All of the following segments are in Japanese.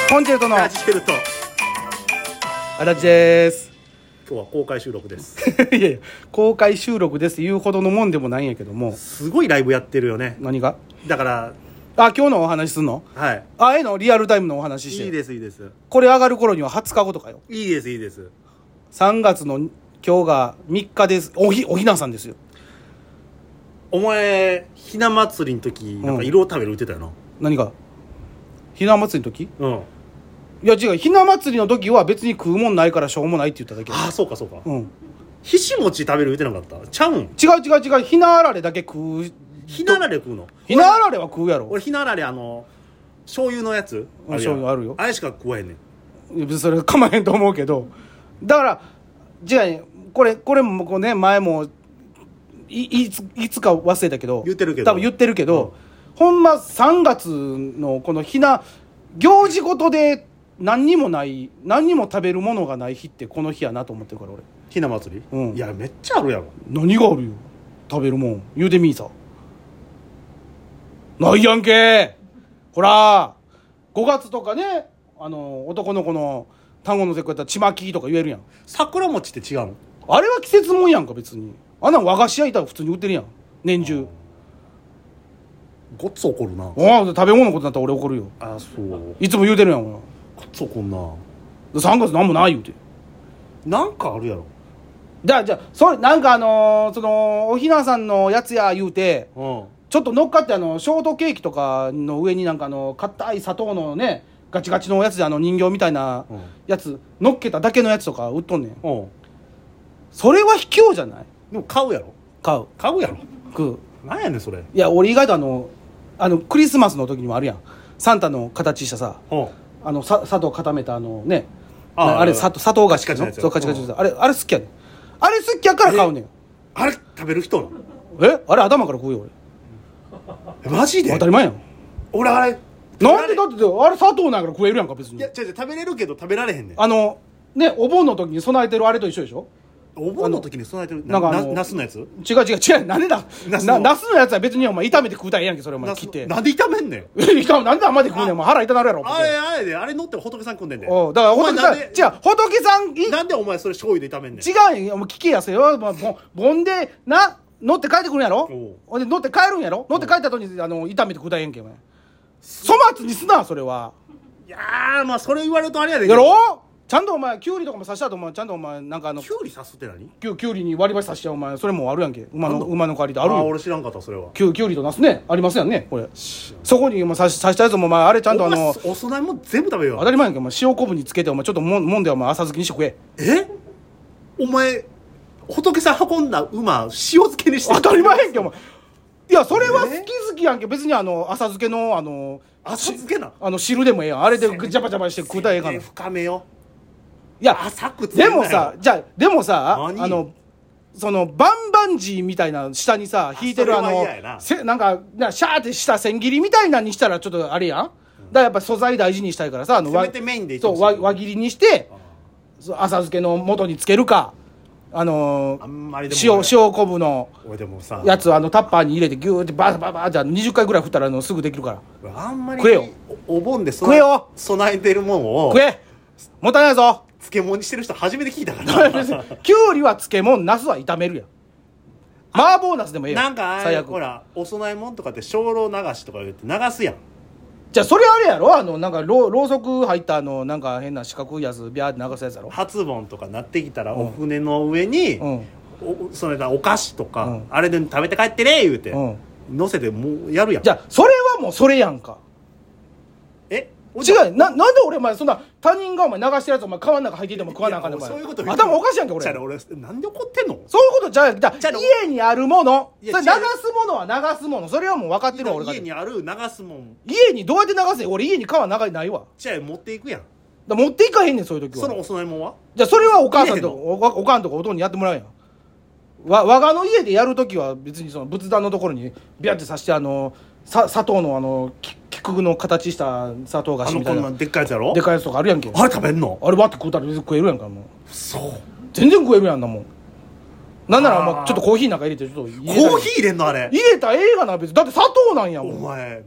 コンチェルトのラジチェルト。 あらちです。 今日は公開収録です。 いやいや公開収録です言うほどのもんでもないんやけども、 すごいライブやってるよね。 何がだから今日のお話すんの？ はい。 のリアルタイムのお話して。 いいですいいです。 これ上がる頃には20日後とかよ。 いいですいいです。 3月の今日が3日です。おひなさんですよ。 お前ひな祭りの時なんか色を食べる言ってたよな。 何が？ひな祭りの時？ うん。 いや違う、ひな祭りの時は別に食うもんないからしょうもないって言っただけ。 ああそうかそうか。 うん。 ひし餅食べる言ってなかった？ちゃうん。 違う、ひなあられだけ食う。 ひなあられ食うの？ ひなあられは食うやろ。 俺ひなあられ醤油のやつ醤油あるよ。 あれしか食わへんねん。 いやそれかまへんと思うけど、だから違う、これもこうね、前もいつか忘れたけど言ってるけど多分言ってるけど、ほんま3月のこのひな行事ごとで何にも食べるものがない日ってこの日やなと思ってるから俺。 ひな祭り、 うん、 いやめっちゃあるやろ。 何があるよ、食べるもん言うてみいさ。ないやんけ。ほら5月とかね、男の子の単語の節句やったらちまきとか言えるやん。 桜餅って違うの？ あれは季節もんやんか別に。あんなん和菓子屋いたら普通に売ってるやん年中。 ごっつ怒るな。 食べ物のことになったら俺怒るよ。 あそう。 いつも言うてるやん俺。 ごっつ怒んな。 3月なんもない言うて。 なんかあるやろ。 じゃあそれなんかそのおひなさんのやつや言うて、ちょっと乗っかってショートケーキとかの上になんか硬い砂糖のねガチガチのやつで人形みたいなやつ乗っけただけのやつとか売っとんねん。それは卑怯じゃない？ でも買うやろ。 買うやろ。 食う。 なんやねんそれ。 いや俺意外とクリスマスの時にもあるやん、サンタの形したさ、砂糖固めたね、あれ砂糖菓子のそうカチカチのあれ好きやねん。あれ好きやから買うねん。 あれ食べる人なの？ あれ頭から食うよ俺。マジで？ 当たり前やん。 俺あれなんでだってあれ砂糖なんから食えるやんか別に。 いや違う食べれるけど食べられへんねん。 ねお盆の時に備えてるあれと一緒でしょ。 お盆の時に備えてるなんかナスのやつ？ 違うなんでだナスのやつは別にお前炒めて食うたらええやんけ。それお前切ってなんで炒めんねん。 なんであんまで食うねん。お前腹痛なるやろ。 あれ乗って仏さん食んでんで。 だから仏さん仏さんなんでお前それ醤油で炒めんねん。 違うんよ。もう聞きやせよ。盆で乗って帰ってくるんやろ。ほんで乗って帰るんやろ。乗って帰った後に炒めて食うたらええんけお前。粗末にすなそれは。 いやーまあそれ言われるとあれやでやろ。ちゃんとお前キュウリとかも刺したとお前ちゃんとお前なんかキュウリ刺すって何？ キュウリに割り箸刺しちゃうお前それもあるやんけ。馬の代わりであるよ。 俺知らんかったそれは。 キュウリとナスねありますやんねこれ。そこに刺したやつもお前あれちゃんとお供えも全部食べよう。 当たり前やんけお前。塩昆布につけてお前ちょっともんでお前浅漬けにして食え。 お前仏さん運んだ馬塩漬けにして当たり前やんけお前。いやそれは好きやんけ別に浅漬けの浅漬けな汁でもええやん。あれでジャバジャバして食うたらええから。 深めよ。 いや浅くでもさそのバンバンジーみたいな下にさ引いてるなんかシャーってした千切りみたいなにしたらちょっとあれやん。だからやっぱ素材大事にしたいからさせめてメインで輪切りにして浅漬けの元につけるかあんまりでも塩昆布のやつタッパーに入れてギューってバーバーって20回ぐらい振ったらすぐできるから。 あんまり食えよ。 お盆で食えよ。 備えてるもんを食え。もったいないぞ。 漬物にしてる人初めて聞いたからキュウリは漬物、ナスは炒めるやん。麻婆ナスでもええやん。 なんか最悪ほらお供え物とかって精霊流しとか言って流すやん。 じゃあそれあれやろなんかろうそく入ったなんか変な四角いやつビャーって流すやつやろ。 初盆とかなってきたらお船の上にそれお菓子とかあれで食べて帰ってね言うて乗せてもうやるやん。 じゃあそれはもうそれやんか。違うなんで俺お前そんな他人がお前流してるやつお前川の中入っていても食わなあかんねん。 そういうこと頭おかしいやんけ俺。 なんで怒ってんの？ そういうことじゃ家にあるものそれ流すものは流すものそれはもう分かってるわ俺が。 家にある流すもん家にどうやって流せ。俺家に川ないわ。 じゃあ持っていくやん。 持っていかへんねんそういう時は。 そのお供え物はじゃあそれはお母さんとおかんとかおとんにやってもらうやん。我がの家でやる時は別にその仏壇のところにビャって刺して砂糖の菊の形した砂糖菓子みたいなこんなでっかいやつやろ。 でっかいやつとかあるやんけ。 あれ食べんの？ あれ割って食うたら食えるやんかもう。 そう全然食えるやんなもん。なんならもうちょっとコーヒーなんか入れてちょっとコーヒー入れんのあれ。 入れたらええがな別に。だって砂糖なんやもん。 お前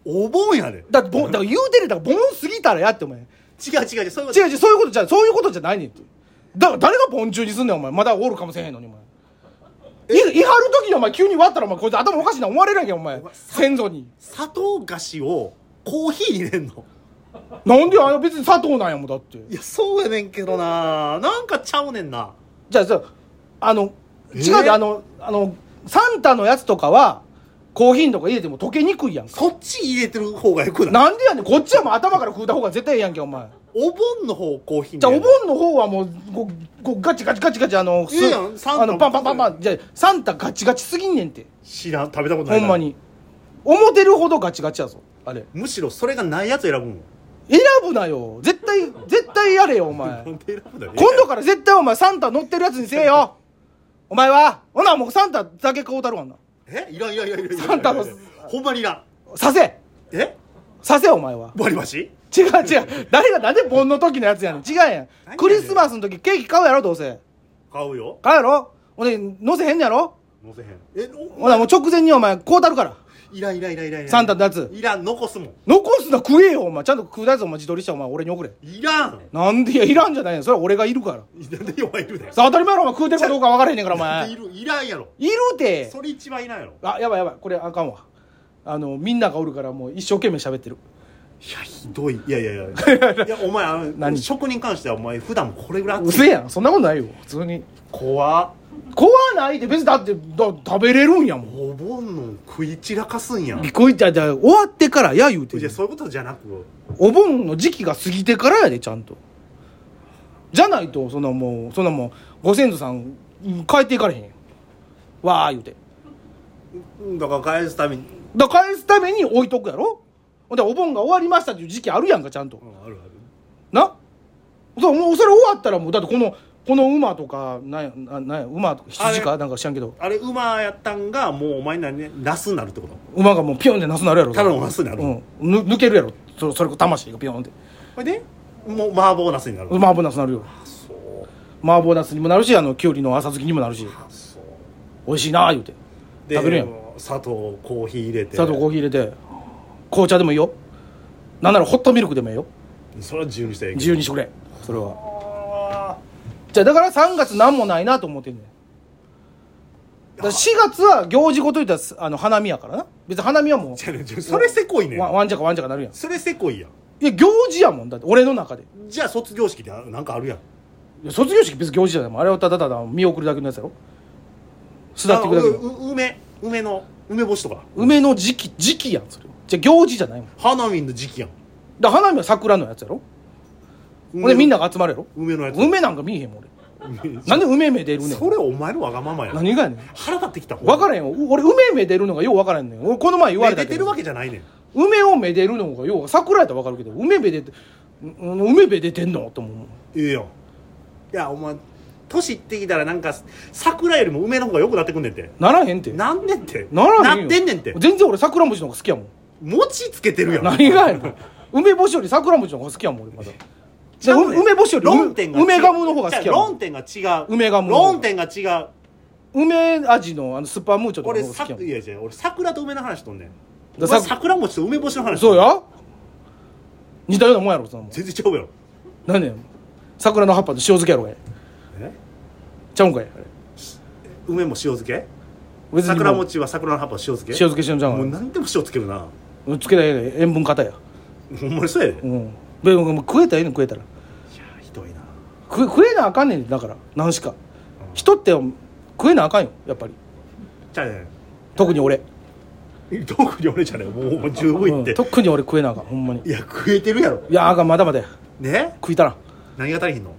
お盆やで。 だってだから言うてるだから盆過ぎたらやってお前。 違うそういうこと。 違うそういうことじゃそういうことじゃないねんって。だから誰が盆中にすんねんお前。まだおるかもしれへんのにお前。いはる時にお前急に割ったらお前こいつ頭おかしいな思われるやんけお前。先祖に砂糖菓子をコーヒー入れんの。 なんで別に砂糖なんやもんだって。 いやそうやねんけどな、なんかちゃうねんな。 じゃあ違うでサンタのやつとかはコーヒーとか入れても溶けにくいやんか。 そっち入れてる方がよくない？ なんでやねん。こっちはもう頭から食うた方が絶対ええやんけお前。 お盆の方コーヒーじゃあお盆の方はもうガチガチいやんサンタパンじゃあサンタガチガチすぎんねんて。 知らん、食べたことないほんまに思ってるほどガチガチやぞあれ。 むしろそれがないやつ選ぶもん。 選ぶなよ絶対やれよお前。 なんで選ぶんだよ。 今度から絶対お前サンタ乗ってるやつにせえよお前は。ほなもうサンタだけ買うたるわんな。 いらんサンタのほんまにいらん。 させお前は。 割り箸違う誰がなんで盆の時のやつやねん。違うやん。クリスマスの時ケーキ買うやろどうせ。 買うよ。 買うやろ。ほんで乗せへんのやろ。 乗せへん。 ほなもう直前にお前買うたるから。 いらんサンタのやついらん、残すもん。 残すな食えよお前。ちゃんと食うたやつお前自撮りしてお前俺に送れ。 いらん。 なんでいらんじゃないよ。それは俺がいるから。 なんでお前いるねん。 さあ当たり前やろお前食うてるかどうか分からへんねんからお前。 いらんやろ。 いるて。 それ一番いらんやろ。 あやばいこれあかんわ。みんながおるからもう一生懸命喋ってる。 いやひどい。いやお前何職人に関してはお前普段これぐらい。 うせやんそんなことないよ普通に。 怖っ。 ないで別にだって食べれるんやもん。 お盆の食い散らかすんやん。 終わってからや言うてる。 じゃそういうことじゃなくお盆の時期が過ぎてからやでちゃんと。じゃないとそんなもうご先祖さん帰っていかれへんわー言うて。 だから返すために置いとくやろ。ほんでお盆が終わりましたっていう時期あるやんかちゃんと。 あるなもうそれ終わったらもうだってこの馬とかなんや馬とか羊かなんか知らんけど。 あれ馬やったんがもうお前なねナスになるってこと。 馬がもうピョンってナスになるやろ。 ただのナスになる。 抜けるやろそれ魂がピョンって。 それでもう麻婆ナスになる。 麻婆ナスになるよ。麻婆ナスにもなるしきゅうりの浅漬けにもなるし。美味しいな言うて食べるやん。 砂糖コーヒー入れて紅茶でもいいよ。なんならホットミルクでもいいよ。 それは自由にして自由にしてくれそれは。じゃあだから3月なんもないなと思ってんねん。だから4月は行事ごと言ったら花見やからな。別に花見はもうそれせこいねん。 わんちゃかなるやん。 それせこいやん。 いや行事やもんだって俺の中で。 じゃあ卒業式でなんかあるやん。 いや卒業式別に行事じゃないもん。あれはただ見送るだけのやつやろ。巣立ってくだけの梅干しとか梅の時期やんそれ。じゃあ行事じゃないもん。 花見の時期やん。 だから花見は桜のやつやろ。ほんでみんなが集まるやろ。 梅のやつ。 梅なんか見えへんもん俺。なんで梅目出るねん。 それお前のわがままやん。 何がやねん。 腹立ってきた。 分からへんよ俺梅目出るのがよう分からへんねん。俺この前言われたけど出てるわけじゃないねん。 梅をめでるのがよう桜やったら分かるけど梅めでて梅めでてんのと思う。 いいよ。いやお前年いってきたらなんか桜よりも梅の方が良くなってくんねんて。 ならへんて。 なんでってならへんよ。 なってんねんて。 全然俺桜餅の方が好きやもん。 餅つけてるやん。 何がやねん。梅干しより桜餅の方が好きやもん俺まだ。梅干しより梅ガムの方が好きやもん。 論点が違う。 梅ガムの論点が違う。 梅味のスパムーチョとかの方が好きやもん。 俺桜と梅の話とんねん。桜餅と梅干しの話。 そうや似たようなもんやろそんなもん。 全然ちゃうやろ。 何ねん桜の葉っぱと塩漬けやろがちゃうんかい。 梅も塩漬け。桜餅は桜の葉っぱ塩漬け。 塩漬けしてんじゃん。 もう何でも塩つけるな。 つけたら塩分型や。 ほんまにそうやで。 食えたらいいの食えたら。いやひどいな。 食えなあかんねんだから何しか、人って食えなあかんよやっぱり。 じゃあね。 特に俺じゃねもう十分いって、 特に俺食えなあかんほんまに。 いや食えてるやろ。 いやあかんまだまだやね。 食いたら何が足りひんの。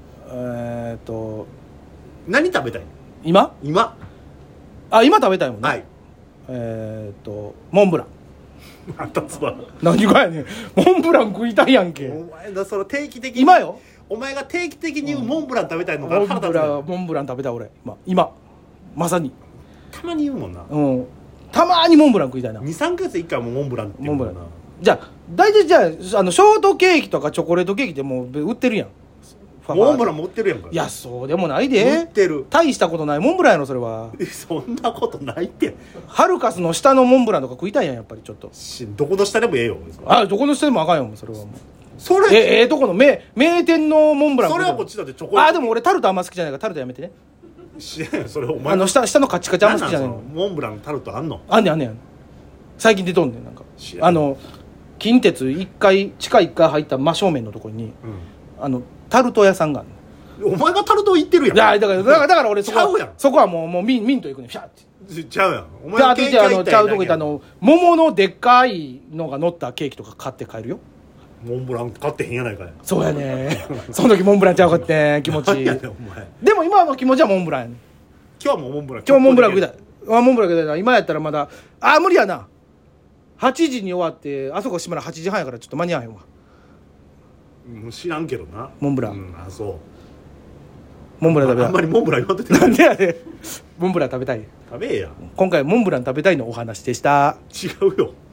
何食べたいの今今食べたいもんね。 はい。 モンブラン。 あったつわ。 何がやねんモンブラン食いたいやんけ。 お前だその定期的に今よ。 お前が定期的にモンブラン食べたいのかモンブラン食べたい俺今まさに。 たまに言うもんな。 たまにモンブラン食いたいな。 2,3 ヶ月1回もモンブランって言うもんな。 じゃあ大体じゃあショートケーキとかチョコレートケーキってもう売ってるやんモンブラン持ってるやんか。 いやそうでもない持でってる。 大したことないモンブランやろそれは。 そんなことないって。 ハルカスの下のモンブランとか食いたいやんやっぱりちょっと。 どこの下でもええよ。 あどこの下でもあかんよそれはもう。 それとこの名店のモンブラン。 それはこっちだってチョコレート。 でも俺タルトあんま好きじゃないからタルトやめてね。 それお前下のカチカチあんま好きじゃないの。 モンブランタルトあんの？ あんねん最近出とんねんなんか知らん近鉄地下1階入った真正面のところに、タルト屋さんがあるの。お前がタルト行ってるやん。 いやだから俺そこはもうミント行くねんフャーってちゃうやん。お前はケーキ屋行ったちゃうとこ行った桃のでっかいのが乗ったケーキとか買って帰るよ。 モンブラン買ってへんやないかい。 そうやねその時モンブランちゃうかって気持ちいい。でも今の気持ちはモンブランやねん。 今日はもうモンブラン。 今日モンブラン食いたい。モンブラン食いたいな。今やったらまだ無理やな。8時に終わってあそこ閉まる8時半やからちょっと間に合わへんわ。 もう知らんけどなモンブラン、 そうモンブラン食べたい。 あんまりモンブラン言わんとってなんでやねモンブラン食べたい。 食べえや。 今回モンブラン食べたいのお話でした。 違うよ。